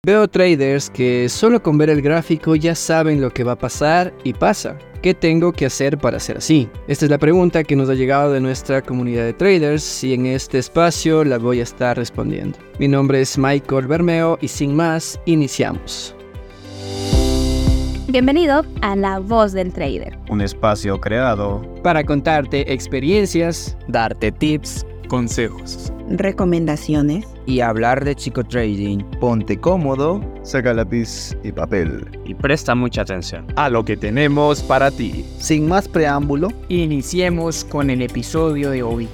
Veo traders que solo con ver el gráfico ya saben lo que va a pasar y pasa. ¿Qué tengo que hacer para ser así? Esta es la pregunta que nos ha llegado de nuestra comunidad de traders y en este espacio la voy a estar respondiendo. Mi nombre es Michael Bermeo y sin más, iniciamos. Bienvenido a La Voz del Trader. Un espacio creado para contarte experiencias, darte tips, consejos, recomendaciones y hablar de psicotrading. Ponte cómodo, saca lápiz y papel y presta mucha atención a lo que tenemos para ti. Sin más preámbulo, iniciemos con el episodio de hoy.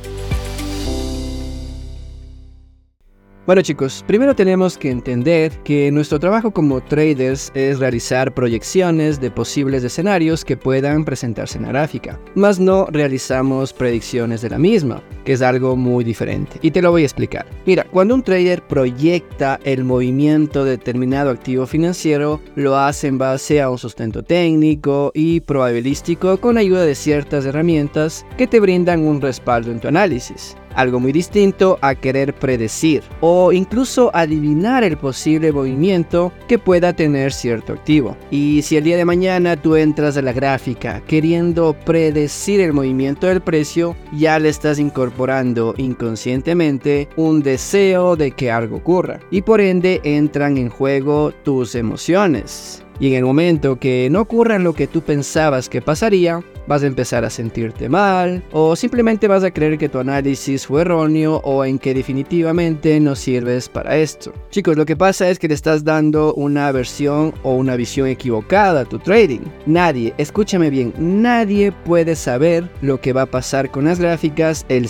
Bueno chicos, primero tenemos que entender que nuestro trabajo como traders es realizar proyecciones de posibles escenarios que puedan presentarse en la gráfica, mas no realizamos predicciones de la misma, que es algo muy diferente, y te lo voy a explicar. Mira, cuando un trader proyecta el movimiento de determinado activo financiero, lo hace en base a un sustento técnico y probabilístico con ayuda de ciertas herramientas que te brindan un respaldo en tu análisis. Algo muy distinto a querer predecir o incluso adivinar el posible movimiento que pueda tener cierto activo. Y si el día de mañana tú entras a la gráfica queriendo predecir el movimiento del precio, ya le estás incorporando inconscientemente un deseo de que algo ocurra. Y por ende entran en juego tus emociones. Y en el momento que no ocurra lo que tú pensabas que pasaría, vas a empezar a sentirte mal o simplemente vas a creer que tu análisis fue erróneo o en que definitivamente no sirves para esto. Chicos, lo que pasa es que le estás dando una versión o una visión equivocada a tu trading. Nadie, escúchame bien, nadie puede saber lo que va a pasar con las gráficas el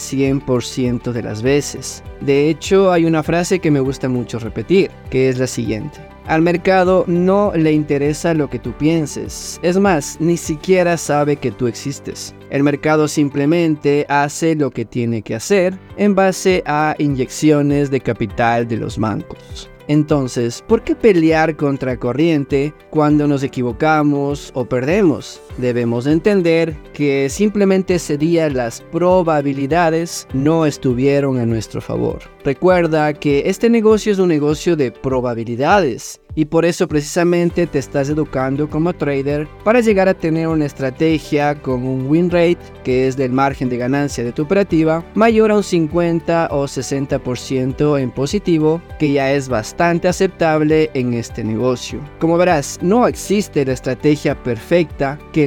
100% de las veces. De hecho, hay una frase que me gusta mucho repetir, que es la siguiente. Al mercado no le interesa lo que tú pienses, es más, ni siquiera sabe que tú existes. El mercado simplemente hace lo que tiene que hacer en base a inyecciones de capital de los bancos. Entonces, ¿por qué pelear contra corriente cuando nos equivocamos o perdemos? Debemos entender que simplemente ese día las probabilidades no estuvieron a nuestro favor. Recuerda que este negocio es un negocio de probabilidades y por eso precisamente te estás educando como trader para llegar a tener una estrategia con un win rate, que es del margen de ganancia de tu operativa, mayor a un 50 o 60% en positivo, que ya es bastante aceptable en este negocio. Como verás, no existe la estrategia perfecta que el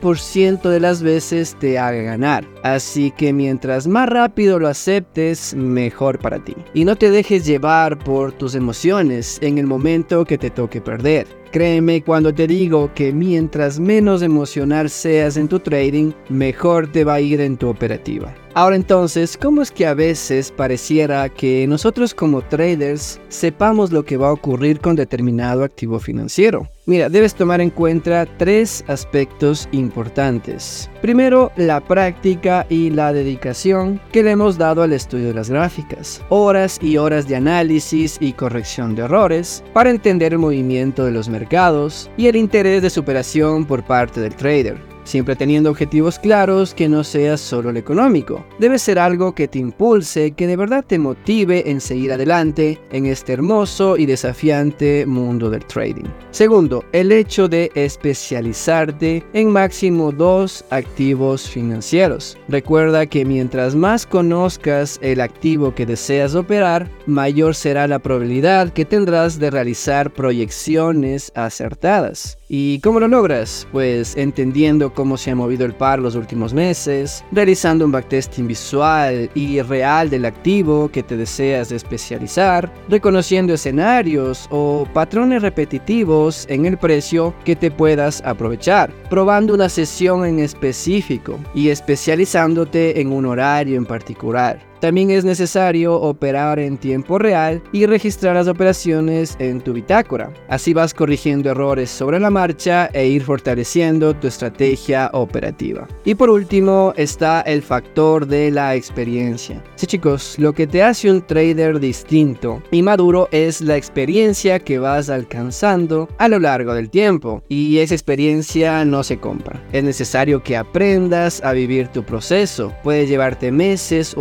100% de las veces te haga ganar. Así que mientras más rápido lo aceptes, mejor para ti. Y no te dejes llevar por tus emociones en el momento que te toque perder. Créeme cuando te digo que mientras menos emocional seas en tu trading, mejor te va a ir en tu operativa. Ahora entonces, ¿cómo es que a veces pareciera que nosotros como traders sepamos lo que va a ocurrir con determinado activo financiero? Mira, debes tomar en cuenta tres aspectos importantes. Primero, la práctica y la dedicación que le hemos dado al estudio de las gráficas. Horas y horas de análisis y corrección de errores para entender el movimiento de los mercados y el interés de superación por parte del trader. Siempre teniendo objetivos claros que no sea solo el económico. Debe ser algo que te impulse, que de verdad te motive en seguir adelante en este hermoso y desafiante mundo del trading. Segundo, el hecho de especializarte en máximo 2 activos financieros. Recuerda que mientras más conozcas el activo que deseas operar, mayor será la probabilidad que tendrás de realizar proyecciones acertadas. ¿Y cómo lo logras? Pues entendiendo cómo se ha movido el par los últimos meses, realizando un backtesting visual y real del activo que te deseas especializar, reconociendo escenarios o patrones repetitivos en el precio que te puedas aprovechar, probando una sesión en específico y especializándote en un horario en particular. También es necesario operar en tiempo real y registrar las operaciones en tu bitácora. Así vas corrigiendo errores sobre la marcha e ir fortaleciendo tu estrategia operativa. Y por último está el factor de la experiencia. Sí chicos, lo que te hace un trader distinto y maduro es la experiencia que vas alcanzando a lo largo del tiempo. Y esa experiencia no se compra. Es necesario que aprendas a vivir tu proceso. Puede llevarte meses o hasta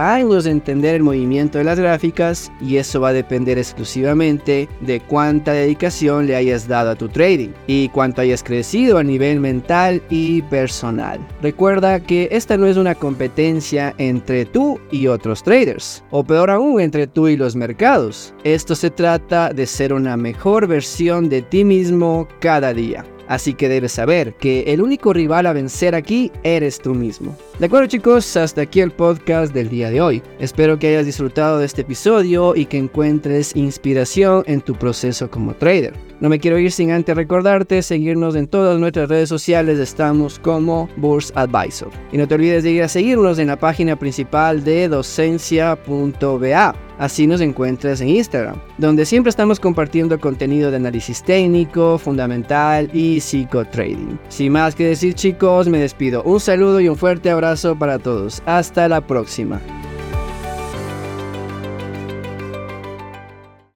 años de entender el movimiento de las gráficas y eso va a depender exclusivamente de cuánta dedicación le hayas dado a tu trading y cuánto hayas crecido a nivel mental y personal. Recuerda que esta no es una competencia entre tú y otros traders, o peor aún, entre tú y los mercados. Esto se trata de ser una mejor versión de ti mismo cada día. Así que debes saber que el único rival a vencer aquí eres tú mismo. De acuerdo chicos, hasta aquí el podcast del día de hoy. Espero que hayas disfrutado de este episodio y que encuentres inspiración en tu proceso como trader. No me quiero ir sin antes recordarte seguirnos en todas nuestras redes sociales, estamos como Burst Advisor. Y no te olvides de ir a seguirnos en la página principal de docencia.ba. Así nos encuentras en Instagram, donde siempre estamos compartiendo contenido de análisis técnico, fundamental y psicotrading. Sin más que decir chicos, me despido. Un saludo y un fuerte abrazo para todos. Hasta la próxima.